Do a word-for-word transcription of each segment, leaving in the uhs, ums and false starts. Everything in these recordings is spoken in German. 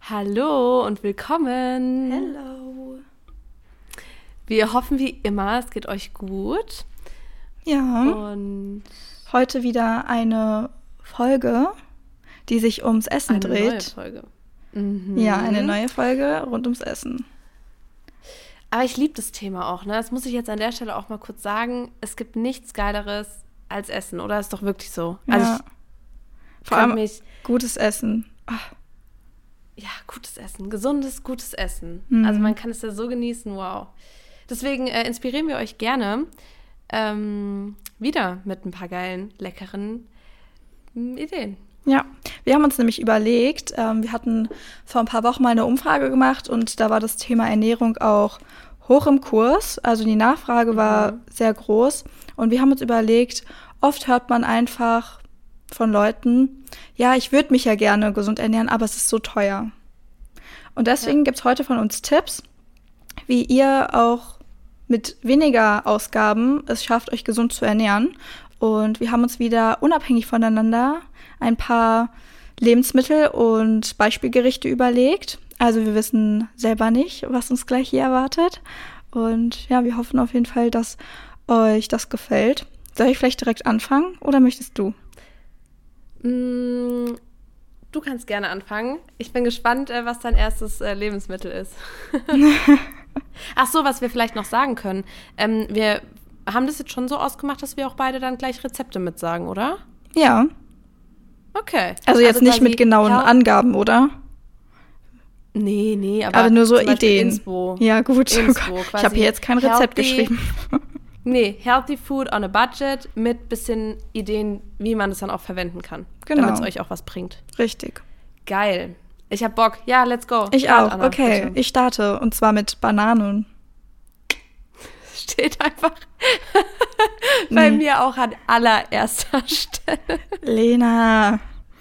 Hallo und willkommen. Hello. Wir hoffen wie immer, es geht euch gut. Ja. Und heute wieder eine Folge, die sich ums Essen eine dreht. neue Folge. Mhm. Ja, eine neue Folge rund ums Essen. Aber ich liebe das Thema auch, ne? Das muss ich jetzt an der Stelle auch mal kurz sagen. Es gibt nichts Geileres als Essen, oder? Ist doch wirklich so. Ja. Also ich Vor kann allem mich, gutes Essen. Ach, ja, gutes Essen, gesundes, gutes Essen. Mhm. Also man kann es ja so genießen, wow. Deswegen äh, inspirieren wir euch gerne ähm, wieder mit ein paar geilen, leckeren m, Ideen. ja, wir haben uns nämlich überlegt, ähm, wir hatten vor ein paar Wochen mal eine Umfrage gemacht und da war das Thema Ernährung auch hoch im Kurs. Also die Nachfrage war Mhm. sehr groß und wir haben uns überlegt, oft hört man einfach von Leuten, ja, ich würde mich ja gerne gesund ernähren, aber es ist so teuer. Und deswegen Ja. gibt es heute von uns Tipps, wie ihr auch mit weniger Ausgaben es schafft, euch gesund zu ernähren. Und wir haben uns wieder unabhängig voneinander ein paar Lebensmittel und Beispielgerichte überlegt. Also wir wissen selber nicht, was uns gleich hier erwartet. Und ja, wir hoffen auf jeden Fall, dass euch das gefällt. Soll ich vielleicht direkt anfangen oder möchtest du? Mm, Du kannst gerne anfangen. Ich bin gespannt, äh, was dein erstes äh, Lebensmittel ist. Ach so, was wir vielleicht noch sagen können. Ähm, wir haben das jetzt schon so ausgemacht, dass wir auch beide dann gleich Rezepte mitsagen, oder? Ja, Okay. also jetzt nicht quasi mit genauen Hel- Angaben, oder? Nee, nee, aber, Aber nur so zum Beispiel Ideen. Inspo. Ja, gut. Inspo, Ich quasi habe hier jetzt kein Rezept healthy- geschrieben. Nee, healthy food on a budget mit bisschen Ideen, wie man das dann auch verwenden kann. Genau. Damit es euch auch was bringt. Richtig. Geil. Ich hab Bock. Ja, let's go. Ich Start, auch. Anna, Okay, bitte. ich starte. Und zwar mit Bananen. Steht einfach bei Nee. mir auch an allererster Stelle. Lena.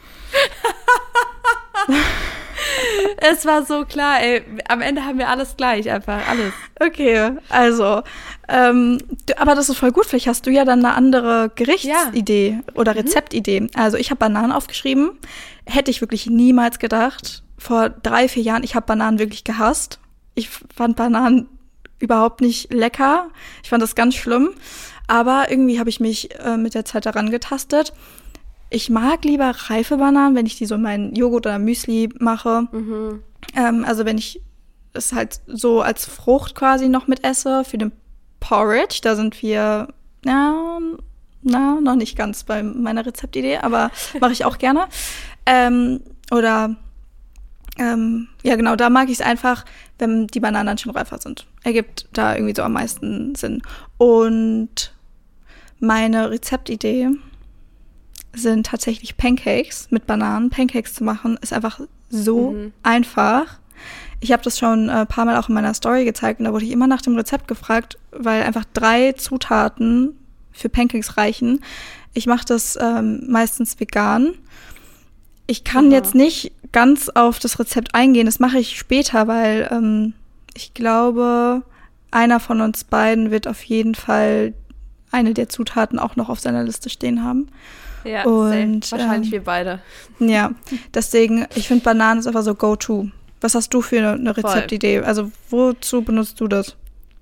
Es war so klar, ey. Am Ende haben wir alles gleich, einfach alles. Okay, also, ähm, du, aber das ist voll gut. Vielleicht hast du ja dann eine andere Gerichtsidee oder Rezeptidee. Also ich habe Bananen aufgeschrieben. Hätte ich wirklich niemals gedacht. Vor drei, vier Jahren, ich habe Bananen wirklich gehasst. Ich fand Bananen überhaupt nicht lecker. Ich fand das ganz schlimm. Aber irgendwie habe ich mich äh, mit der Zeit daran getastet. Ich mag lieber reife Bananen, wenn ich die so in meinen Joghurt oder Müsli mache. Mhm. Ähm, also wenn ich es halt so als Frucht quasi noch mit esse für den Porridge, da sind wir, na, na, noch nicht ganz bei meiner Rezeptidee, aber mache ich auch gerne. Ähm, oder, ähm, ja genau, da mag ich es einfach, wenn die Bananen dann schon reifer sind. Ergibt da irgendwie so am meisten Sinn. Und meine Rezeptidee sind tatsächlich Pancakes mit Bananen. Pancakes zu machen ist einfach so Mhm. einfach. Ich habe das schon ein paar Mal auch in meiner Story gezeigt und da wurde ich immer nach dem Rezept gefragt, weil einfach drei Zutaten für Pancakes reichen. Ich mache das ähm, meistens vegan. Ich kann Aha. jetzt nicht ganz auf das Rezept eingehen, das mache ich später, weil ähm, ich glaube, einer von uns beiden wird auf jeden Fall eine der Zutaten auch noch auf seiner Liste stehen haben. Ja, Und, safe. Wahrscheinlich ähm, wir beide. Ja, deswegen, ich finde Bananen ist einfach so go-to. Was hast du für eine, eine Voll. Rezeptidee? Also wozu benutzt du das?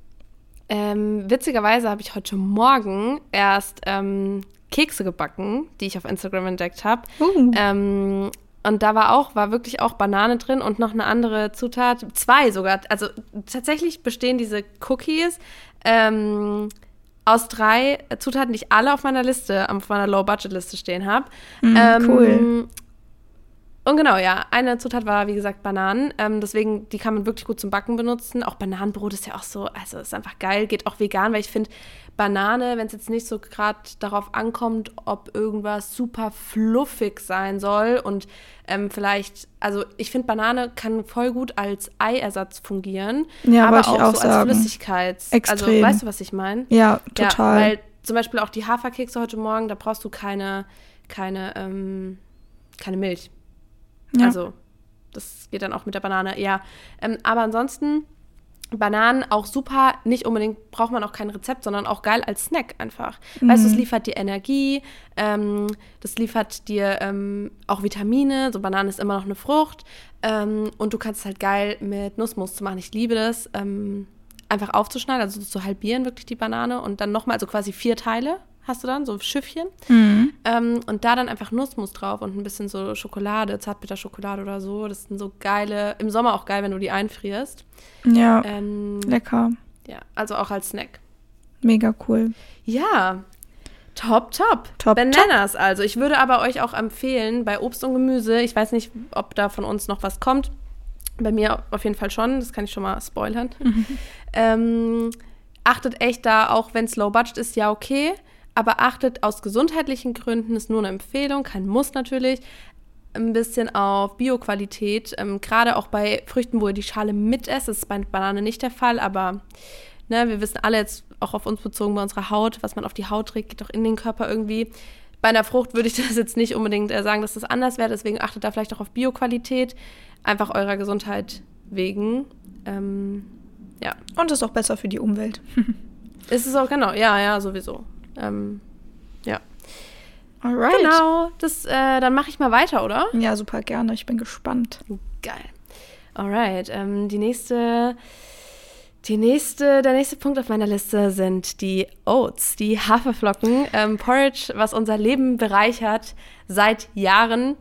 Ähm, witzigerweise habe ich heute Morgen erst ähm, Kekse gebacken, die ich auf Instagram entdeckt habe. Uh. Ähm, und da war auch, war wirklich auch Banane drin und noch eine andere Zutat, zwei sogar. Also tatsächlich bestehen diese Cookies ähm, aus drei Zutaten, die ich alle auf meiner Liste, auf meiner Low-Budget-Liste stehen habe. Mm, ähm, cool. Und genau, ja, eine Zutat war, wie gesagt, Bananen. Ähm, deswegen, die kann man wirklich gut zum Backen benutzen. Auch Bananenbrot ist ja auch so, also ist einfach geil, geht auch vegan, weil ich finde, Banane, wenn es jetzt nicht so gerade darauf ankommt, ob irgendwas super fluffig sein soll und ähm, vielleicht, also ich finde, Banane kann voll gut als Eiersatz fungieren, Ja, aber wollte auch, ich auch so sagen. als Flüssigkeits. Also, Extrem. weißt du, was ich meine? Ja, total. Ja, weil zum Beispiel auch die Haferkekse heute Morgen, da brauchst du keine, keine, ähm, keine Milch. Ja. Also, das geht dann auch mit der Banane, ja. Ähm, aber ansonsten Bananen auch super, nicht unbedingt braucht man auch kein Rezept, sondern auch geil als Snack einfach. Mhm. Weißt du, es liefert dir Energie, ähm, das liefert dir ähm, auch Vitamine, so Banane ist immer noch eine Frucht ähm, und du kannst es halt geil mit Nussmus zu machen. Ich liebe das, ähm, einfach aufzuschneiden, also zu halbieren wirklich die Banane und dann nochmal, also quasi vier Teile hast du dann, so Schiffchen. Mhm. Ähm, und da dann einfach Nussmus drauf und ein bisschen so Schokolade, Zartbitterschokolade oder so. Das sind so geile, im Sommer auch geil, wenn du die einfrierst. Ja, ähm, lecker. Ja, also auch als Snack. Mega cool. Ja, top, top. top Bananas top. Also. Ich würde aber euch auch empfehlen, bei Obst und Gemüse, ich weiß nicht, ob da von uns noch was kommt. Bei mir auf jeden Fall schon, das kann ich schon mal spoilern. Mhm. ähm, achtet echt da, auch wenn es low budget ist, ja okay. Aber achtet aus gesundheitlichen Gründen, ist nur eine Empfehlung, kein Muss natürlich, ein bisschen auf Bioqualität. Ähm, gerade auch bei Früchten, wo ihr die Schale mitesst, das ist bei Banane nicht der Fall, aber ne, wir wissen alle jetzt, auch auf uns bezogen, bei unserer Haut, was man auf die Haut trägt, geht auch in den Körper irgendwie. Bei einer Frucht würde ich das jetzt nicht unbedingt äh, sagen, dass das anders wäre, deswegen achtet da vielleicht auch auf Bioqualität, einfach eurer Gesundheit wegen. Ähm, ja. Und ist auch besser für die Umwelt. Ist es auch, genau, ja, ja, sowieso. Ähm, ja. Alright. Genau, das, äh, dann mache ich mal weiter, oder? Ja, super gerne. Ich bin gespannt. Geil. Alright, ähm, die nächste, die nächste, der nächste Punkt auf meiner Liste sind die Oats, die Haferflocken, ähm, Porridge, was unser Leben bereichert seit Jahren.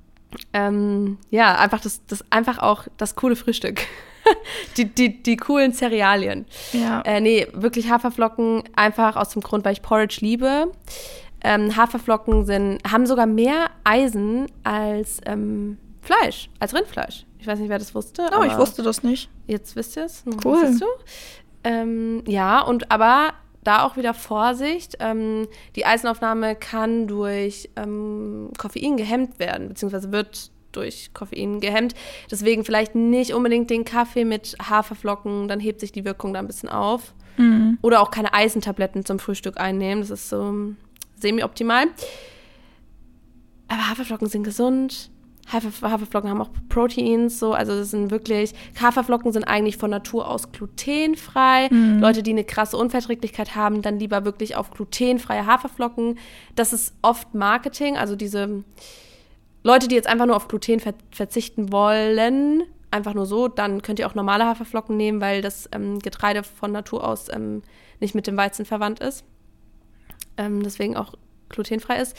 Ähm, ja, einfach das, das einfach auch das coole Frühstück. die, die, die coolen Cerealien. Ja. Äh, nee, wirklich Haferflocken, einfach aus dem Grund, weil ich Porridge liebe. Ähm, Haferflocken sind, haben sogar mehr Eisen als ähm, Fleisch, als Rindfleisch. Ich weiß nicht, wer das wusste. Oh, ich wusste das nicht. Jetzt wisst ihr es. Cool. Wusstest du? Ähm, ja, und aber da auch wieder Vorsicht. Ähm, die Eisenaufnahme kann durch ähm, Koffein gehemmt werden, beziehungsweise wird durch Koffein gehemmt. Deswegen vielleicht nicht unbedingt den Kaffee mit Haferflocken, dann hebt sich die Wirkung da ein bisschen auf. Mhm. Oder auch keine Eisentabletten zum Frühstück einnehmen. Das ist so semi-optimal. Aber Haferflocken sind gesund. Hafer- Haferflocken haben auch Proteins, so, also das sind wirklich, Haferflocken sind eigentlich von Natur aus glutenfrei. Mhm. Leute, die eine krasse Unverträglichkeit haben, dann lieber wirklich auf glutenfreie Haferflocken. Das ist oft Marketing, also diese Leute, die jetzt einfach nur auf Gluten ver- verzichten wollen, einfach nur so, dann könnt ihr auch normale Haferflocken nehmen, weil das ähm, Getreide von Natur aus ähm, nicht mit dem Weizen verwandt ist. Ähm, deswegen auch glutenfrei ist.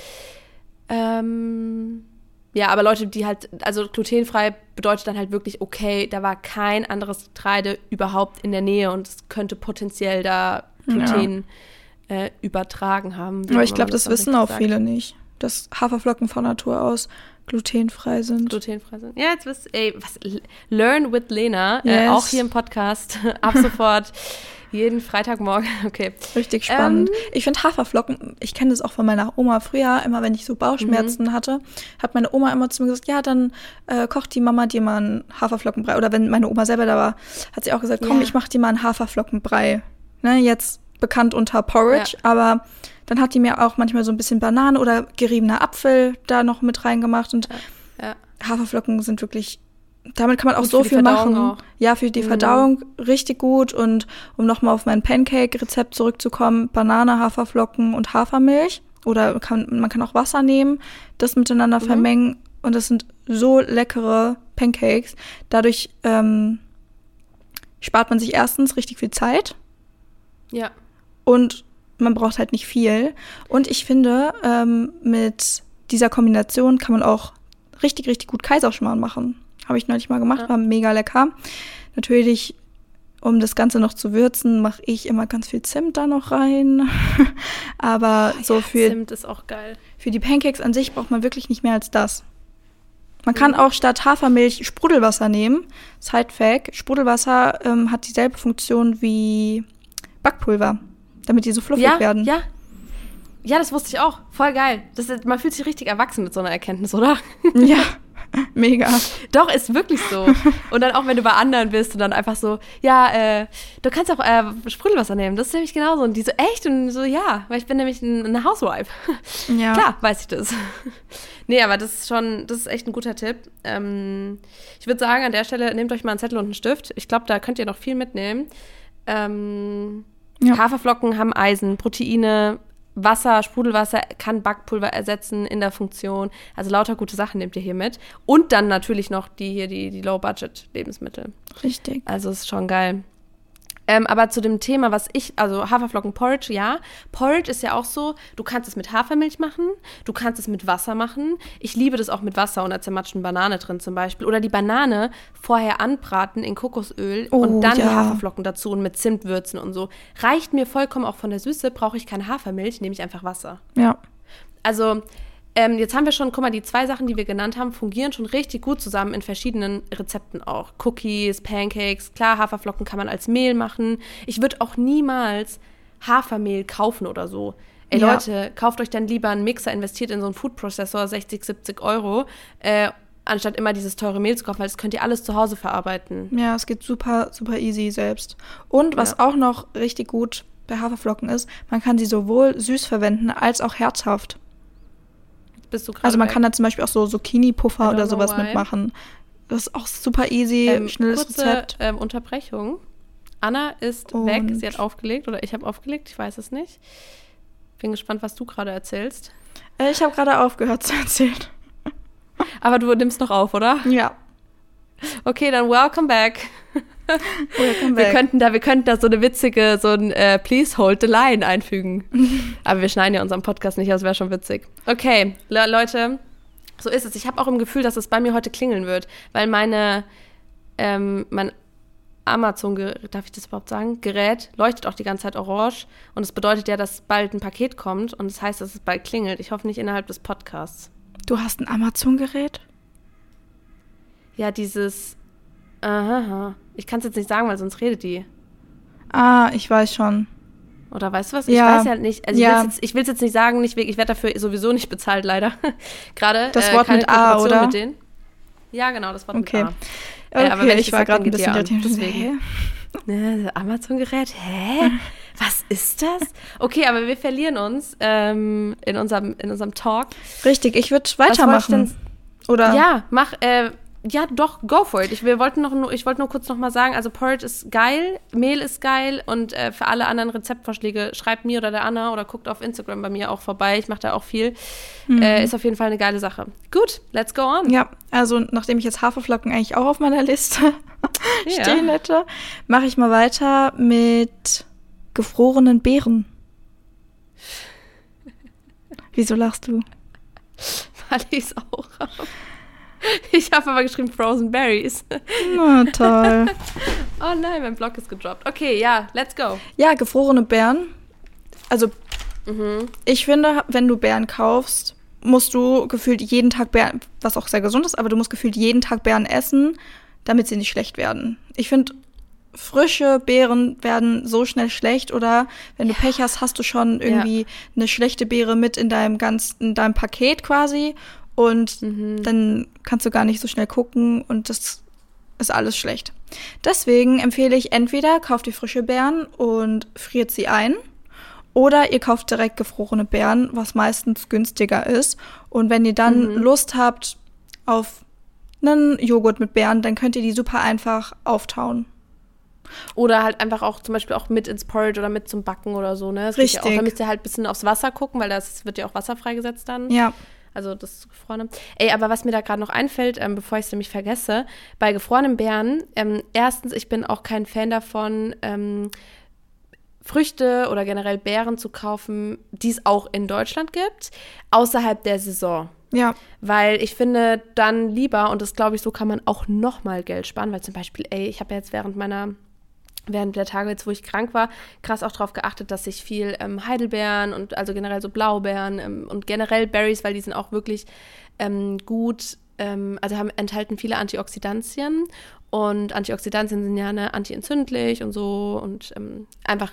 Ähm, ja, aber Leute, die halt, also glutenfrei bedeutet dann halt wirklich, okay, da war kein anderes Getreide überhaupt in der Nähe und es könnte potenziell da Gluten ja. äh, übertragen haben. Aber ich glaube, das, das wissen auch sagt. viele nicht, dass Haferflocken von Natur aus glutenfrei sind. Glutenfrei sind. Ja, jetzt wisst ey, was, Learn with Lena, yes. äh, auch hier im Podcast, ab sofort. Jeden Freitagmorgen, okay. Richtig spannend. Ähm, ich finde Haferflocken, ich kenne das auch von meiner Oma früher, immer wenn ich so Bauchschmerzen mhm. hatte, hat meine Oma immer zu mir gesagt, ja, dann äh, kocht die Mama dir mal einen Haferflockenbrei. Oder wenn meine Oma selber da war, hat sie auch gesagt, komm, ja. ich mach dir mal einen Haferflockenbrei. Ne, jetzt bekannt unter Porridge, ja. aber dann hat die mir auch manchmal so ein bisschen Banane oder geriebener Apfel da noch mit reingemacht. Und ja. Ja. Haferflocken sind wirklich... Damit kann man auch gut so viel machen. Auch. Ja, für die Verdauung mhm. richtig gut. Und um nochmal auf mein Pancake-Rezept zurückzukommen, Banane, Haferflocken und Hafermilch. Oder kann, man kann auch Wasser nehmen, das miteinander mhm. vermengen. Und das sind so leckere Pancakes. Dadurch ähm, spart man sich erstens richtig viel Zeit. Ja. Und man braucht halt nicht viel. Und ich finde, ähm, mit dieser Kombination kann man auch richtig, richtig gut Kaiserschmarrn machen. Habe ich neulich mal gemacht, ja. war mega lecker. Natürlich, um das Ganze noch zu würzen, mache ich immer ganz viel Zimt da noch rein. Aber oh, so ja, für, Zimt ist auch geil. Für die Pancakes an sich braucht man wirklich nicht mehr als das. Man mhm. kann auch statt Hafermilch Sprudelwasser nehmen. Side-Fact, Sprudelwasser ähm, hat dieselbe Funktion wie Backpulver, damit die so fluffig ja, werden. Ja, ja, das wusste ich auch. Voll geil. Das ist, man fühlt sich richtig erwachsen mit so einer Erkenntnis, oder? Ja. Mega. Doch, ist wirklich so. Und dann auch, wenn du bei anderen bist und dann einfach so, ja, äh, du kannst auch äh, Sprudelwasser nehmen. Das ist nämlich genauso. Und die so, echt? Und so, ja, weil ich bin nämlich ein, eine Housewife. Ja. Klar, weiß ich das. Nee, aber das ist schon, das ist echt ein guter Tipp. Ähm, ich würde sagen, an der Stelle, nehmt euch mal einen Zettel und einen Stift. Ich glaube, da könnt ihr noch viel mitnehmen. Ähm, ja. Haferflocken haben Eisen, Proteine, Wasser, Sprudelwasser kann Backpulver ersetzen in der Funktion. Also lauter gute Sachen nehmt ihr hier mit. Und dann natürlich noch die hier, die, die Low-Budget-Lebensmittel. Richtig. Also ist schon geil. Ähm, aber zu dem Thema, was ich, also Haferflocken-Porridge, ja. Porridge ist ja auch so, du kannst es mit Hafermilch machen, du kannst es mit Wasser machen. Ich liebe das auch mit Wasser und einer zermatschten Banane drin zum Beispiel. Oder die Banane vorher anbraten in Kokosöl oh, und dann ja. die Haferflocken dazu und mit Zimtwürzen und so. Reicht mir vollkommen auch von der Süße, brauche ich keine Hafermilch, nehme ich einfach Wasser. Ja. Also Ähm, jetzt haben wir schon, guck mal, die zwei Sachen, die wir genannt haben, fungieren schon richtig gut zusammen in verschiedenen Rezepten auch. Cookies, Pancakes, klar, Haferflocken kann man als Mehl machen. Ich würde auch niemals Hafermehl kaufen oder so. Ey Ja. Leute, kauft euch dann lieber einen Mixer, investiert in so einen Food-Processor, sechzig, siebzig Euro, äh, anstatt immer dieses teure Mehl zu kaufen, weil das könnt ihr alles zu Hause verarbeiten. Ja, es geht super, super easy selbst. Und was Ja. auch noch richtig gut bei Haferflocken ist, man kann sie sowohl süß verwenden als auch herzhaft. Bist du gerade Also man weg? kann da zum Beispiel auch so I Zucchini-Puffer don't oder know sowas why. mitmachen. Das ist auch super easy, Ähm, schnelles kurze Rezept. ähm, Unterbrechung. Anna ist Und- weg. Sie hat aufgelegt oder ich habe aufgelegt. Ich weiß es nicht. Bin gespannt, was du gerade erzählst. Äh, ich habe gerade aufgehört zu erzählen. Aber du nimmst noch auf, oder? Ja. Okay, dann welcome back. Welcome Wir back. könnten da, wir könnten da so eine witzige, so ein äh, Please hold the line einfügen. Aber wir schneiden ja unseren Podcast nicht, das wäre schon witzig. Okay, Le Leute, so ist es. Ich habe auch im Gefühl, dass es bei mir heute klingeln wird, weil meine, ähm, mein Amazon, darf ich das überhaupt sagen, Gerät leuchtet auch die ganze Zeit orange und es bedeutet ja, dass bald ein Paket kommt und das heißt, dass es bald klingelt. Ich hoffe nicht innerhalb des Podcasts. Du hast ein Amazon-Gerät? Ja, dieses, aha, ich kann es jetzt nicht sagen, weil sonst redet die. Ah, ich weiß schon. Oder weißt du was? Ich Ja. weiß ja nicht. Also Ja. ich will es jetzt, ich will's jetzt nicht sagen, nicht, ich werde dafür sowieso nicht bezahlt, leider. Gerade. Das äh, Wort keine mit A, Kooperation oder? Mit denen. Ja, genau, das Wort Okay. mit A. Okay, Äh, aber wenn ich ich das war sag, gerade ein dann geht bisschen die an. irritiert. Deswegen. Hä? Ne, Amazon-Gerät? Hä? Was ist das? Okay, aber wir verlieren uns ähm, in, unserem, in unserem Talk. Richtig, ich würde Was wollte ich weitermachen. denn- Oder? Ja, mach, äh, ja, doch, go for it. Ich, wir wollten noch, nur- ich wollte nur kurz noch mal sagen, also Porridge ist geil, Mehl ist geil und äh, für alle anderen Rezeptvorschläge schreibt mir oder der Anna oder guckt auf Instagram bei mir auch vorbei. Ich mache da auch viel. Mhm. Äh, ist auf jeden Fall eine geile Sache. Gut, let's go on. Ja, also nachdem ich jetzt Haferflocken eigentlich auch auf meiner Liste Ja. stehen hätte, mache ich mal weiter mit gefrorenen Beeren. Wieso lachst du? Weil ich es auch habe. Ich habe aber geschrieben Frozen Berries. Na toll. Oh nein, mein Blog ist gedroppt. Okay, ja, let's go. Ja, gefrorene Beeren. Also Mhm. ich finde, wenn du Beeren kaufst, musst du gefühlt jeden Tag Beeren, was auch sehr gesund ist, aber du musst gefühlt jeden Tag Beeren essen, damit sie nicht schlecht werden. Ich finde, frische Beeren werden so schnell schlecht oder wenn du Pech hast, hast du schon irgendwie eine schlechte Beere mit in deinem ganzen, in deinem Paket quasi und Mhm. dann kannst du gar nicht so schnell gucken und das ist alles schlecht. Deswegen empfehle ich entweder kauft ihr frische Beeren und friert sie ein oder ihr kauft direkt gefrorene Beeren, was meistens günstiger ist. Und wenn ihr dann Mhm. Lust habt auf einen Joghurt mit Beeren, dann könnt ihr die super einfach auftauen. Oder halt einfach auch zum Beispiel auch mit ins Porridge oder mit zum Backen oder so, ne? Das geht ja auch. Richtig. Da müsst ihr halt ein bisschen aufs Wasser gucken, weil das wird ja auch Wasser freigesetzt dann. Ja, Also das Gefrorene. Ey, aber was mir da gerade noch einfällt, ähm, bevor ich es nämlich vergesse, bei gefrorenen Beeren, ähm, erstens, ich bin auch kein Fan davon, ähm, Früchte oder generell Beeren zu kaufen, die es auch in Deutschland gibt, außerhalb der Saison. ja, Weil ich finde dann lieber, und das glaube ich, so kann man auch nochmal Geld sparen, weil zum Beispiel, ey, ich habe ja jetzt während meiner, während der Tage jetzt, wo ich krank war, krass auch darauf geachtet, dass ich viel ähm, Heidelbeeren und also generell so Blaubeeren ähm, und generell Berries, weil die sind auch wirklich ähm, gut, ähm, also haben, enthalten viele Antioxidantien und Antioxidantien sind ja ne, antientzündlich und so und ähm, einfach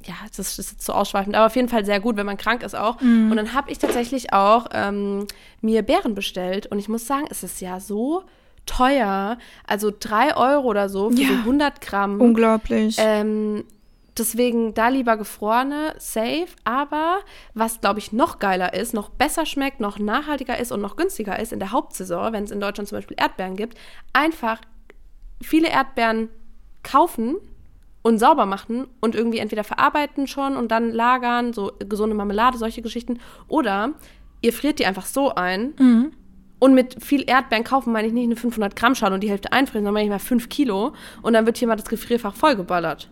ja, das ist jetzt so ausschweifend, aber auf jeden Fall sehr gut, wenn man krank ist auch. Mhm. Und dann habe ich tatsächlich auch ähm, mir Beeren bestellt. Und ich muss sagen, es ist ja so teuer. Also drei Euro oder so für Ja. so hundert Gramm. Unglaublich. Ähm, deswegen da lieber gefrorene, safe. Aber was, glaube ich, noch geiler ist, noch besser schmeckt, noch nachhaltiger ist und noch günstiger ist in der Hauptsaison, wenn es in Deutschland zum Beispiel Erdbeeren gibt, einfach viele Erdbeeren kaufen und sauber machen und irgendwie entweder verarbeiten schon und dann lagern, so gesunde Marmelade, solche Geschichten. Oder ihr friert die einfach so ein. Mhm. Und mit viel Erdbeeren kaufen meine ich nicht eine fünfhundert Gramm Schale und die Hälfte einfrieren, sondern meine ich mal fünf Kilo. Und dann wird hier mal das Gefrierfach vollgeballert.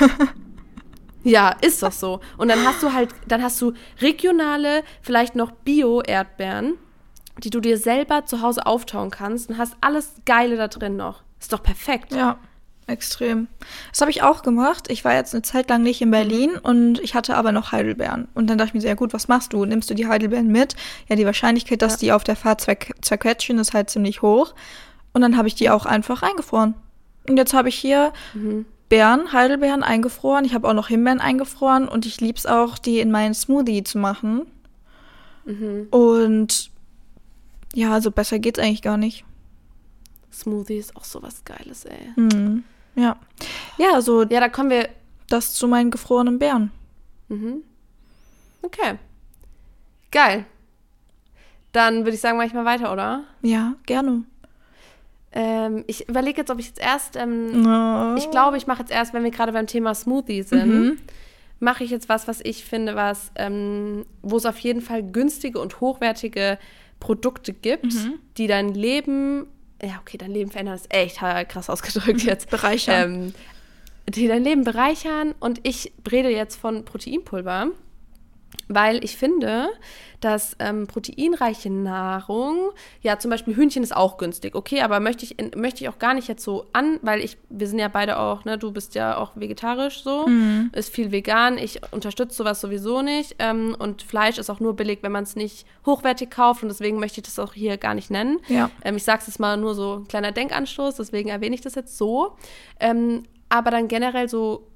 Ja, ist doch so. Und dann hast du halt, dann hast du regionale, vielleicht noch Bio-Erdbeeren, die du dir selber zu Hause auftauen kannst und hast alles Geile da drin noch. Ist doch perfekt. Ja, extrem. Das habe ich auch gemacht. Ich war jetzt eine Zeit lang nicht in Berlin und ich hatte aber noch Heidelbeeren. Und dann dachte ich mir so, ja gut, was machst du? Nimmst du die Heidelbeeren mit? Ja, die Wahrscheinlichkeit, dass Ja. die auf der Fahrt zerk- zerquetschen, ist halt ziemlich hoch. Und dann habe ich die auch einfach eingefroren. Und jetzt habe ich hier Mhm. Beeren, Heidelbeeren eingefroren. Ich habe auch noch Himbeeren eingefroren und ich liebe es auch, die in meinen Smoothie zu machen. Mhm. Und ja, also besser geht's eigentlich gar nicht. Smoothie ist auch sowas Geiles, ey. Mhm. Ja. Ja, so Ja, da kommen wir. das zu meinen gefrorenen Beeren. Mhm. Okay. Geil. Dann würde ich sagen, mache ich mal weiter, oder? Ja, gerne. Ähm, ich überlege jetzt, ob ich jetzt erst. Ähm, No. Ich glaube, ich mache jetzt erst, wenn wir gerade beim Thema Smoothie sind, Mhm. mache ich jetzt was, was ich finde, was, ähm, wo es auf jeden Fall günstige und hochwertige Produkte gibt, Mhm. die dein Leben, ja, okay, dein Leben verändern, ist echt krass ausgedrückt jetzt. Bereichern. Ähm, die dein Leben bereichern. Und ich rede jetzt von Proteinpulver, weil ich finde, dass ähm, proteinreiche Nahrung, ja, zum Beispiel Hühnchen ist auch günstig, okay, aber möchte ich, in, möchte ich auch gar nicht jetzt so an, weil ich, wir sind ja beide auch, ne, du bist ja auch vegetarisch so, Mhm. ist viel vegan, ich unterstütze sowas sowieso nicht ähm, und Fleisch ist auch nur billig, wenn man es nicht hochwertig kauft und deswegen möchte ich das auch hier gar nicht nennen. Ja. Ähm, ich sage es jetzt mal nur so ein kleiner Denkanstoß, deswegen erwähne ich das jetzt so. Ähm, aber dann generell so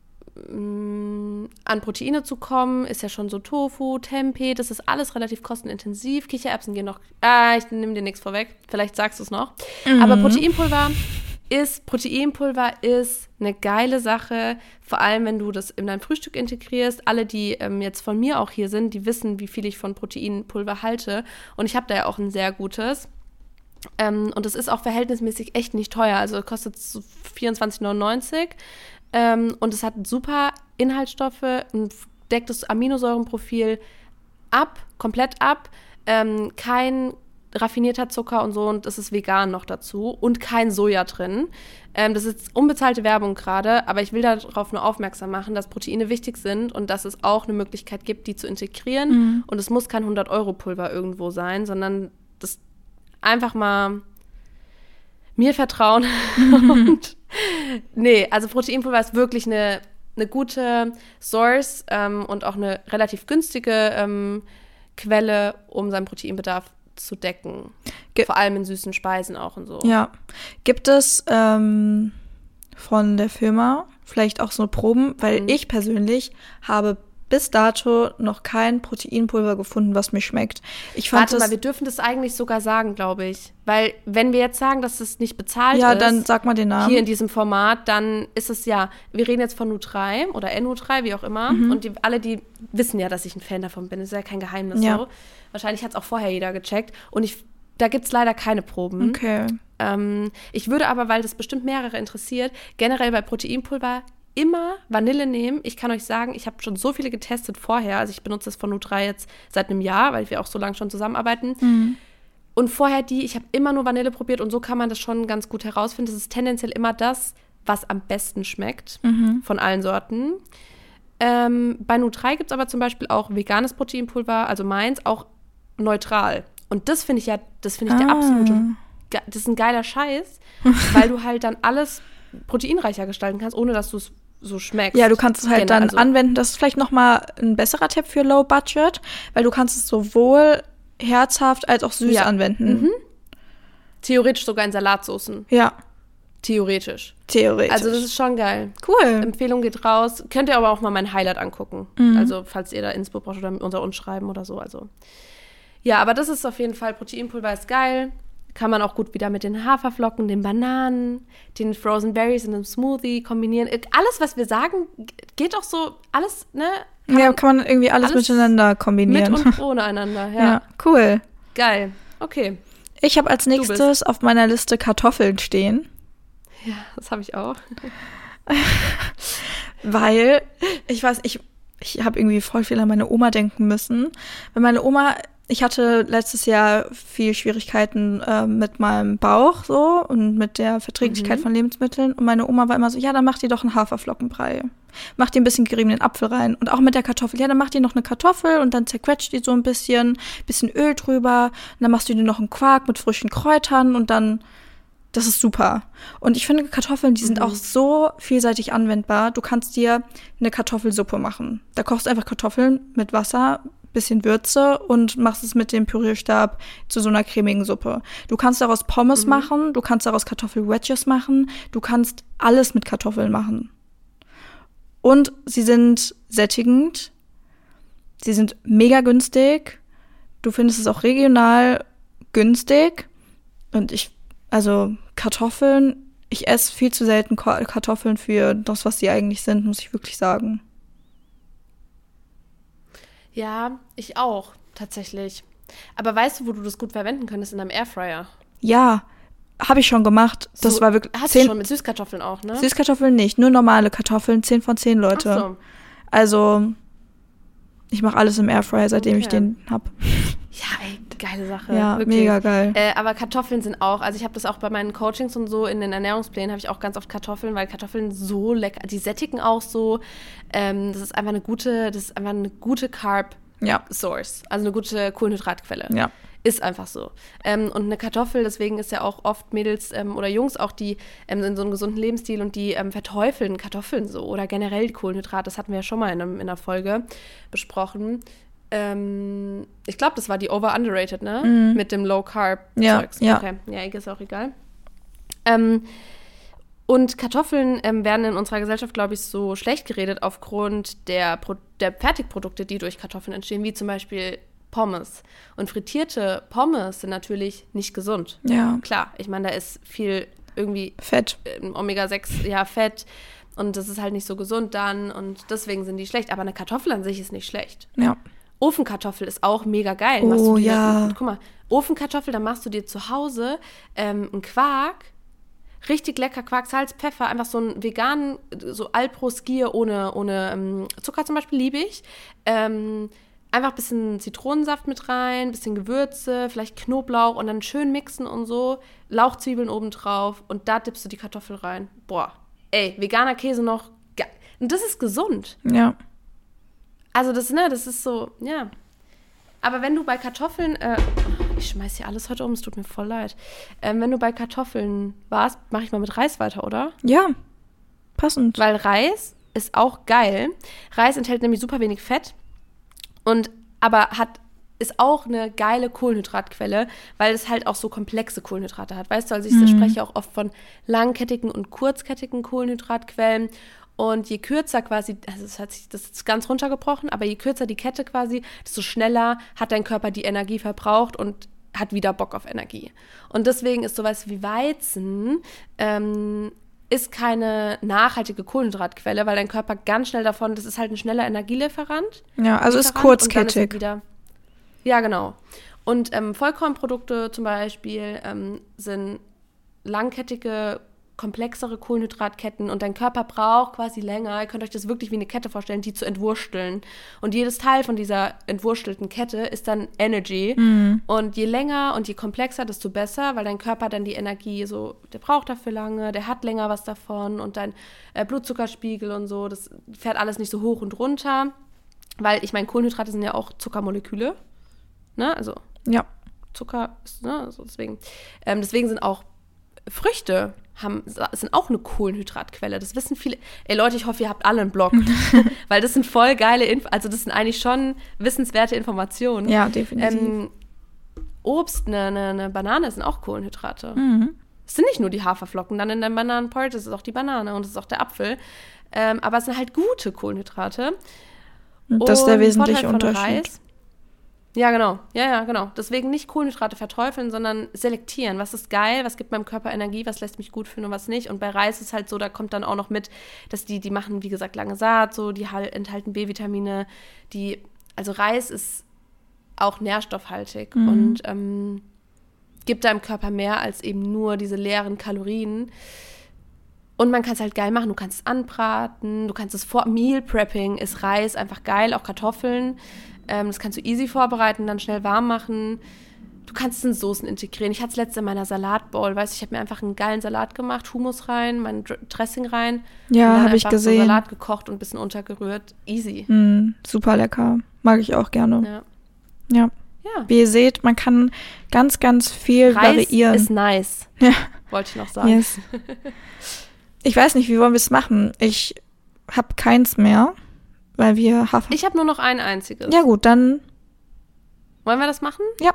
mh, an Proteine zu kommen, ist ja schon so Tofu, Tempeh, das ist alles relativ kostenintensiv. Kichererbsen gehen noch, ah, ich nehme dir nichts vorweg, vielleicht sagst du es noch. Aber Proteinpulver ist, Proteinpulver ist eine geile Sache, vor allem wenn du das in dein Frühstück integrierst. Alle, die ähm, jetzt von mir auch hier sind, die wissen, wie viel ich von Proteinpulver halte und ich habe da ja auch ein sehr gutes. Ähm, und es ist auch verhältnismäßig echt nicht teuer. Also kostet so vierundzwanzig neunundneunzig. Ähm, und es hat super Inhaltsstoffe, ein decktes Aminosäurenprofil ab, komplett ab. Ähm, kein raffinierter Zucker und so. Und es ist vegan noch dazu. Und kein Soja drin. Ähm, das ist unbezahlte Werbung gerade. Aber ich will darauf nur aufmerksam machen, dass Proteine wichtig sind und dass es auch eine Möglichkeit gibt, die zu integrieren. Mhm. Und es muss kein hundert-Euro-Pulver irgendwo sein, sondern das einfach mal mir vertrauen. Und nee, also Proteinpulver ist wirklich eine, eine gute Source ähm, und auch eine relativ günstige ähm, Quelle, um seinen Proteinbedarf zu decken. Ge- Vor allem in süßen Speisen auch und so. Ja. Gibt es ähm, von der Firma vielleicht auch so Proben? Weil Mhm. ich persönlich habe bis dato noch kein Proteinpulver gefunden, was mir schmeckt. Ich fand Warte das, mal, wir dürfen das eigentlich sogar sagen, glaube ich. Weil wenn wir jetzt sagen, dass es nicht bezahlt ja, ist, dann sag mal den Namen. hier in diesem Format, dann ist es ja, wir reden jetzt von Nu drei oder N U drei, wie auch immer. Mhm. Und die, alle, die wissen ja, dass ich ein Fan davon bin. Das ist ja kein Geheimnis Ja. so. Wahrscheinlich hat es auch vorher jeder gecheckt. Und ich, da gibt es leider keine Proben. Okay. Ähm, ich würde aber, weil das bestimmt mehrere interessiert, generell bei Proteinpulver immer Vanille nehmen. Ich kann euch sagen, ich habe schon so viele getestet vorher. Also ich benutze das von Nu drei jetzt seit einem Jahr, weil wir auch so lange schon zusammenarbeiten. Mhm. Und vorher die, ich habe immer nur Vanille probiert und so kann man das schon ganz gut herausfinden. Das ist tendenziell immer das, was am besten schmeckt Mhm. von allen Sorten. Ähm, bei Nu drei gibt es aber zum Beispiel auch veganes Proteinpulver, also meins, auch neutral. Und das finde ich ja, das finde ich der Ah. absolute, ge- das ist ein geiler Scheiß, weil du halt dann alles proteinreicher gestalten kannst, ohne dass du es so schmeckst. Ja, du kannst es halt Genau, dann also- anwenden. Das ist vielleicht noch mal ein besserer Tipp für Low Budget, weil du kannst es sowohl herzhaft als auch süß Ja. anwenden. Mhm. Theoretisch sogar in Salatsoßen. Ja. Theoretisch. Theoretisch. Also das ist schon geil. Cool. Empfehlung geht raus. Könnt ihr aber auch mal mein Highlight angucken. Mhm. Also falls ihr da Inspo braucht oder unter uns schreiben oder so. Also ja, aber das ist auf jeden Fall, Proteinpulver ist geil. Kann man auch gut wieder mit den Haferflocken, den Bananen, den Frozen Berries in einem Smoothie kombinieren. Alles, was wir sagen, geht doch so, alles, ne? Kann ja, kann man irgendwie alles, alles miteinander kombinieren. Mit und ohne einander, ja. Ja, cool. Geil, okay. Ich habe als nächstes auf meiner Liste Kartoffeln stehen. Ja, das habe ich auch. Weil, ich weiß, ich, ich habe irgendwie voll viel an meine Oma denken müssen. Weil meine Oma, ich hatte letztes Jahr viel Schwierigkeiten äh, mit meinem Bauch so und mit der Verträglichkeit mhm. von Lebensmitteln. Und meine Oma war immer so, ja, dann mach dir doch einen Haferflockenbrei. Mach dir ein bisschen geriebenen Apfel rein. Und auch mit der Kartoffel, ja, dann mach dir noch eine Kartoffel und dann zerquetscht die so ein bisschen, bisschen Öl drüber. Und dann machst du dir noch einen Quark mit frischen Kräutern und dann, das ist super. Und ich finde, Kartoffeln, die sind mhm. auch so vielseitig anwendbar. Du kannst dir eine Kartoffelsuppe machen. Da kochst du einfach Kartoffeln mit Wasser, bisschen Würze und machst es mit dem Pürierstab zu so einer cremigen Suppe. Du kannst daraus Pommes mhm. machen, du kannst daraus Kartoffelwedges machen, du kannst alles mit Kartoffeln machen. Und sie sind sättigend, sie sind mega günstig, du findest es auch regional günstig und ich, also Kartoffeln, ich esse viel zu selten Kartoffeln für das, was sie eigentlich sind, muss ich wirklich sagen. Ja, ich auch, tatsächlich. Aber weißt du, wo du das gut verwenden könntest? In einem Airfryer. Ja, habe ich schon gemacht. Das so, war wirklich. Hast zehn, du schon mit Süßkartoffeln auch, ne? Süßkartoffeln nicht, nur normale Kartoffeln, zehn von zehn Leute. Ach so. Also, ich mache alles im Airfryer, seitdem okay. ich den hab. Ja, ey, geile Sache. Ja, wirklich. Mega geil. Äh, aber Kartoffeln sind auch, also ich habe das auch bei meinen Coachings und so, in den Ernährungsplänen habe ich auch ganz oft Kartoffeln, weil Kartoffeln so lecker, die sättigen auch so. Ähm, das ist einfach eine gute, das ist einfach eine gute Carb- Ja. Source, also eine gute Kohlenhydratquelle. Ja. Ist einfach so. Ähm, und eine Kartoffel, deswegen ist ja auch oft Mädels ähm, oder Jungs auch, die ähm, in so einem gesunden Lebensstil und die ähm, verteufeln Kartoffeln so oder generell Kohlenhydrate. Das hatten wir ja schon mal in, einem, in einer Folge besprochen. Ähm, ich glaube, das war die Over-Underrated, ne? Mhm. Mit dem Low-Carb-Zeugs. Ja, ja. Okay, ja, ist auch egal. Ähm, Und Kartoffeln ähm, werden in unserer Gesellschaft, glaube ich, so schlecht geredet aufgrund der, Pro- der Fertigprodukte, die durch Kartoffeln entstehen, wie zum Beispiel Pommes. Und frittierte Pommes sind natürlich nicht gesund. Ja. Klar, ich meine, da ist viel irgendwie Fett. Äh, Omega sechs, ja, Fett. Und das ist halt nicht so gesund dann. Und deswegen sind die schlecht. Aber eine Kartoffel an sich ist nicht schlecht. Ja. Ofenkartoffel ist auch mega geil. Oh, machst du dir, ja. Guck mal, Ofenkartoffel, dann machst du dir zu Hause ähm, einen Quark. Richtig lecker Quark, Salz, Pfeffer, einfach so einen veganen, so Alpro-Skier ohne, ohne ähm, Zucker zum Beispiel, liebe ich. Ähm, einfach ein bisschen Zitronensaft mit rein, ein bisschen Gewürze, vielleicht Knoblauch und dann schön mixen und so. Lauchzwiebeln obendrauf und da dippst du die Kartoffel rein. Boah, ey, veganer Käse noch, geil. Und das ist gesund. Ja. Also das, ne, das ist so, ja. Aber wenn du bei Kartoffeln, äh, ich schmeiß hier alles heute um, es tut mir voll leid. Ähm, wenn du bei Kartoffeln warst, mache ich mal mit Reis weiter, oder? Ja, passend. Weil Reis ist auch geil. Reis enthält nämlich super wenig Fett und aber hat ist auch eine geile Kohlenhydratquelle, weil es halt auch so komplexe Kohlenhydrate hat. Weißt du, also ich Mhm. spreche auch oft von langkettigen und kurzkettigen Kohlenhydratquellen. Und je kürzer quasi, also das, hat sich, das ist ganz runtergebrochen, aber je kürzer die Kette quasi, desto schneller hat dein Körper die Energie verbraucht und hat wieder Bock auf Energie. Und deswegen ist sowas wie Weizen ähm, ist keine nachhaltige Kohlenhydratquelle, weil dein Körper ganz schnell davon, das ist halt ein schneller Energielieferant. Ja, also ist Lieferant, kurzkettig. Und dann ist er wieder, ja, genau. Und ähm, Vollkornprodukte zum Beispiel ähm, sind langkettige, komplexere Kohlenhydratketten und dein Körper braucht quasi länger, ihr könnt euch das wirklich wie eine Kette vorstellen, die zu entwursteln. Und jedes Teil von dieser entwurstelten Kette ist dann Energy. Mhm. Und je länger und je komplexer, desto besser, weil dein Körper dann die Energie so, der braucht dafür lange, der hat länger was davon und dein äh, Blutzuckerspiegel und so, das fährt alles nicht so hoch und runter. Weil, ich meine, Kohlenhydrate sind ja auch Zuckermoleküle. Ne? Also Ja. Zucker ist, ne? Also deswegen. Ähm, deswegen sind auch Früchte haben, sind auch eine Kohlenhydratquelle. Das wissen viele. Ey Leute, ich hoffe, ihr habt alle einen Blog. Weil das sind voll geile Info, also das sind eigentlich schon wissenswerte Informationen. Ja, definitiv. Ähm, Obst, eine, eine, eine Banane sind auch Kohlenhydrate. Mhm. Es sind nicht nur die Haferflocken dann in deinem Bananenporridge, es ist auch die Banane und es ist auch der Apfel. Ähm, aber es sind halt gute Kohlenhydrate. Das ist der Und wesentliche Vorteil von Unterschied. Reis, ja, genau. Ja, ja, genau. Deswegen nicht Kohlenhydrate verteufeln, sondern selektieren. Was ist geil, was gibt meinem Körper Energie, was lässt mich gut fühlen und was nicht. Und bei Reis ist halt so, da kommt dann auch noch mit, dass die, die machen, wie gesagt, lange Saat, so, die halt enthalten B-Vitamine, die, also Reis ist auch nährstoffhaltig Mhm. und ähm, gibt deinem Körper mehr als eben nur diese leeren Kalorien. Und man kann es halt geil machen, du kannst es anbraten, du kannst es vor, Meal Prepping ist Reis einfach geil, auch Kartoffeln. Ähm, das kannst du easy vorbereiten, dann schnell warm machen. Du kannst es in Soßen integrieren. Ich hatte es letzte in meiner Salatbowl, weißt du, ich habe mir einfach einen geilen Salat gemacht, Hummus rein, mein Dr- Dressing rein. Ja, und dann habe ich einfach gesehen. So Salat gekocht und ein bisschen untergerührt. Easy. Mm, super lecker. Mag ich auch gerne. Ja. Ja. ja. Wie ihr seht, man kann ganz, ganz viel Reis variieren. ist nice, Ja. wollte ich noch sagen. Yes. Ich weiß nicht, wie wollen wir es machen? Ich habe keins mehr, weil wir Hafer... Ich habe nur noch ein einziges. Ja gut, dann... Wollen wir das machen? Ja.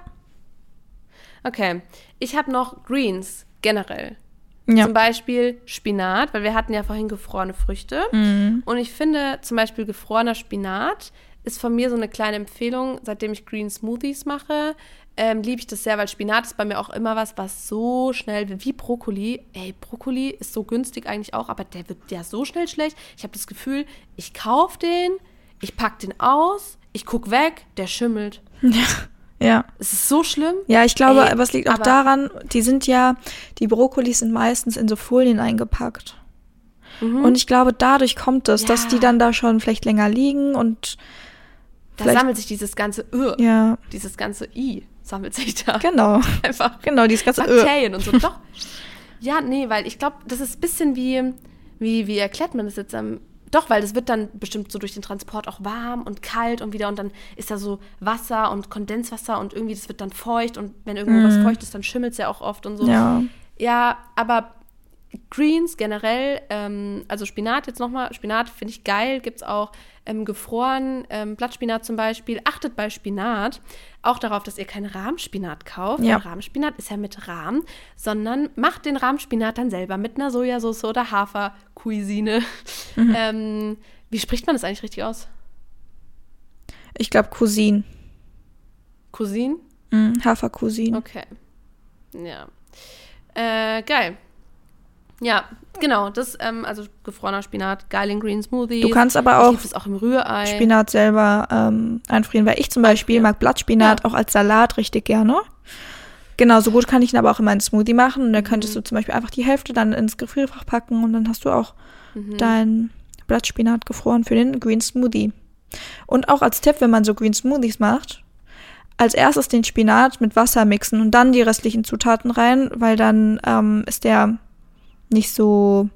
Okay. Ich habe noch Greens generell. Ja. Zum Beispiel Spinat, weil wir hatten ja vorhin gefrorene Früchte. Mhm. Und ich finde zum Beispiel gefrorener Spinat ist von mir so eine kleine Empfehlung, seitdem ich Green Smoothies mache. Ähm, liebe ich das sehr, weil Spinat ist bei mir auch immer was, was so schnell, wie Brokkoli. Ey, Brokkoli ist so günstig eigentlich auch, aber der wird ja so schnell schlecht. Ich habe das Gefühl, ich kaufe den, ich packe den aus, ich gucke weg, der schimmelt. Ja. Ja. Es ist so schlimm. Ja, ich glaube, Ey, aber es liegt auch aber- daran, die sind ja, die Brokkolis sind meistens in so Folien eingepackt. Mhm. Und ich glaube, dadurch kommt es, dass Ja. die dann da schon vielleicht länger liegen und Da vielleicht- sammelt sich dieses ganze Ö, ja, dieses ganze I sammelt sich da. genau. Einfach Genau, dieses ganze Ö. Bakterien und so. Doch. Ja, nee, weil ich glaube, das ist ein bisschen wie, wie, wie erklärt man das jetzt am. Doch, weil das wird dann bestimmt so durch den Transport auch warm und kalt und wieder und dann ist da so Wasser und Kondenswasser und irgendwie das wird dann feucht und wenn irgendwo was feucht ist, dann schimmelt es ja auch oft und so. Ja. Ja, aber Greens generell, ähm, also Spinat jetzt nochmal, Spinat finde ich geil, gibt es auch ähm, gefroren, ähm, Blattspinat zum Beispiel. Achtet bei Spinat auch darauf, dass ihr keinen Rahmspinat kauft. Ja. Weil Rahmspinat ist ja mit Rahm, sondern macht den Rahmspinat dann selber mit einer Sojasauce oder Hafercuisine. Mhm. Ähm, wie spricht man das eigentlich richtig aus? Ich glaube Cousin. Cousin? Mhm, Hafercousin. Okay. Ja. Äh, geil. Ja, genau, das, ähm, also gefrorener Spinat, geil in Green Smoothies. Du kannst aber Ich auch liebe es auch im Rührei. Spinat selber ähm, einfrieren, weil ich zum Beispiel Einfrieren. mag Blattspinat Ja. auch als Salat richtig gerne. Genau, so gut kann ich ihn aber auch in meinen Smoothie machen. Und dann könntest Mhm. du zum Beispiel einfach die Hälfte dann ins Gefrierfach packen und dann hast du auch Mhm. dein Blattspinat gefroren für den Green Smoothie. Und auch als Tipp, wenn man so Green Smoothies macht, als erstes den Spinat mit Wasser mixen und dann die restlichen Zutaten rein, weil dann ähm, ist der nicht so,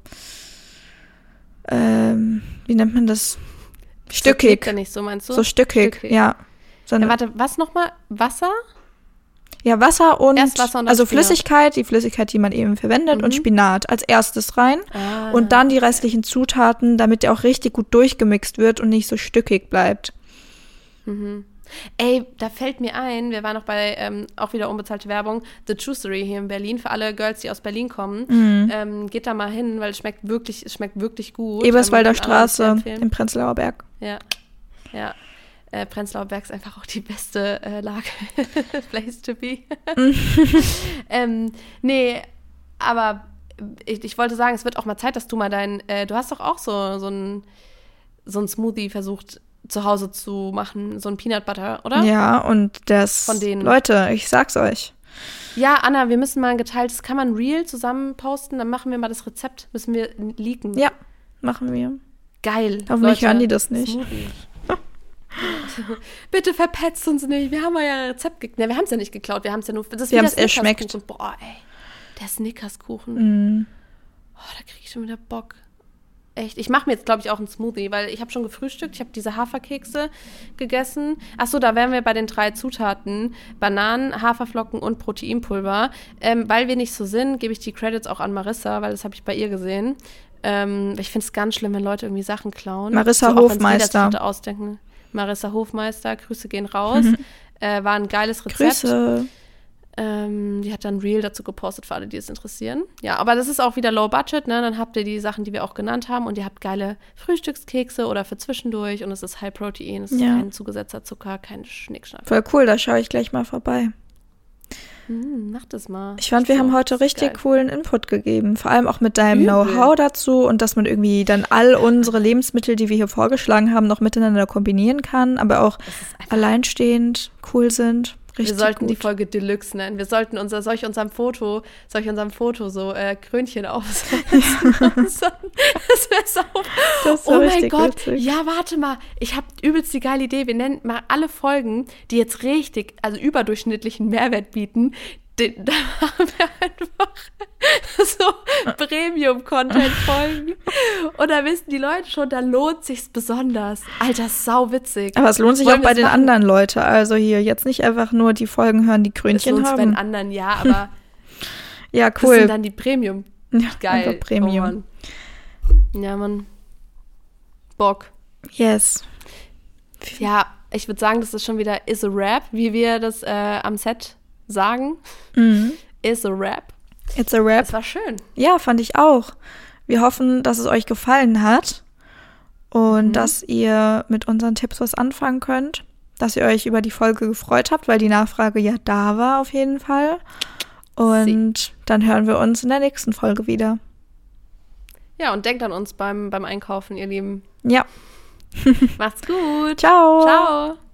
ähm, wie nennt man das? Stückig. Ja nicht so, meinst du? So stückig, Stückig. ja. Ja, Sondern, warte, was nochmal? Wasser? ja, Wasser und, Erst Wasser und dann also Spinat. Flüssigkeit, die Flüssigkeit, die man eben verwendet, Mhm. und Spinat als erstes rein. Ah, Und dann die restlichen Zutaten, damit der auch richtig gut durchgemixt wird und nicht so stückig bleibt. Mhm. Ey, da fällt mir ein, wir waren noch bei, ähm, auch wieder unbezahlte Werbung, The Juicery hier in Berlin, für alle Girls, die aus Berlin kommen. Mhm. Ähm, geht da mal hin, weil es schmeckt wirklich, es schmeckt wirklich gut. Eberswalder Ähm, kann alles sehr Straße empfehlen. im Prenzlauer Berg. Ja, ja. Äh, Prenzlauer Berg ist einfach auch die beste äh, Lage. Place to be. ähm, nee, aber ich, ich wollte sagen, es wird auch mal Zeit, dass du mal dein, äh, du hast doch auch so, so ein so ein Smoothie versucht zu Hause zu machen, so ein Peanut Butter, oder? Ja, und das, Von denen. Leute, ich sag's euch. Ja, Anna, wir müssen mal ein geteiltes, kann man Reel zusammen posten, dann machen wir mal das Rezept, müssen wir leaken. Ja, machen wir. Geil. Hoffentlich Leute, hören die das nicht. Smoothie. Bitte verpetzt uns nicht. Wir haben ja ein Rezept geklaut. Ne, wir haben es ja nicht geklaut. Wir haben es ja nur. Das ist Wir wie haben's der erschmeckt. Snickerskuchen. Boah, ey. Der Snickerskuchen. Mhm. Oh, da kriege ich schon wieder Bock. Echt. Ich mache mir jetzt, glaube ich, auch einen Smoothie, weil ich habe schon gefrühstückt. Ich habe diese Haferkekse gegessen. Achso, da wären wir bei den drei Zutaten. Bananen, Haferflocken und Proteinpulver. Ähm, weil wir nicht so sind, gebe ich die Credits auch an Marissa, weil das habe ich bei ihr gesehen. Ähm, ich finde es ganz schlimm, wenn Leute irgendwie Sachen klauen. Marissa so, auch wenn's Hofmeister. jeder Dritte ausdenken. Marissa Hofmeister, Grüße gehen raus. Mhm. Äh, war ein geiles Rezept. Grüße. Ähm, die hat dann Reel dazu gepostet für alle, die es interessieren. Ja, aber das ist auch wieder Low Budget, ne? Dann habt ihr die Sachen, die wir auch genannt haben und ihr habt geile Frühstückskekse oder für zwischendurch und es ist High Protein, es ist Ja. kein zugesetzter Zucker, kein Schnickschnack. Voll cool, da schaue ich gleich mal vorbei. Hm, mach das mal. Ich fand, wir So, haben heute das ist richtig geil. coolen Input gegeben. Vor allem auch mit deinem Übel. Know-how dazu und dass man irgendwie dann all unsere Lebensmittel, die wir hier vorgeschlagen haben, noch miteinander kombinieren kann, aber auch Das ist einfach, alleinstehend cool sind. Richtig wir sollten gut. die Folge Deluxe nennen. Wir sollten unser, soll ich unserem Foto, soll ich unserem Foto so äh, Krönchen aufsetzen? das wäre sau. Das Oh war mein richtig Gott, witzig. ja, warte mal. Ich habe übelst die geile Idee. Wir nennen mal alle Folgen, die jetzt richtig, also überdurchschnittlichen Mehrwert bieten. Den, da machen wir einfach so Premium-Content-Folgen. Und da wissen die Leute schon, da lohnt sich's besonders. Alter, sau witzig. Aber es lohnt sich Wollen auch wir bei es den machen? anderen Leuten. Also hier jetzt nicht einfach nur die Folgen hören, die Es Krönchen lohnt sich bei den haben. anderen, ja, aber Ja, das sind cool. dann die Premium. Ja, Geil. einfach Premium. Oh Mann. Ja, Mann. Bock. Yes. Ja, ich würde sagen, das ist schon wieder is a rap, wie wir das äh, am Set sagen. Mhm. Is a rap. It's a wrap. Das war schön. Ja, fand ich auch. Wir hoffen, dass es euch gefallen hat und Mhm. dass ihr mit unseren Tipps was anfangen könnt, dass ihr euch über die Folge gefreut habt, weil die Nachfrage ja da war auf jeden Fall. Und dann hören wir uns in der nächsten Folge wieder. Ja, und denkt an uns beim, beim Einkaufen, ihr Lieben. Ja. Macht's gut. Ciao. Ciao.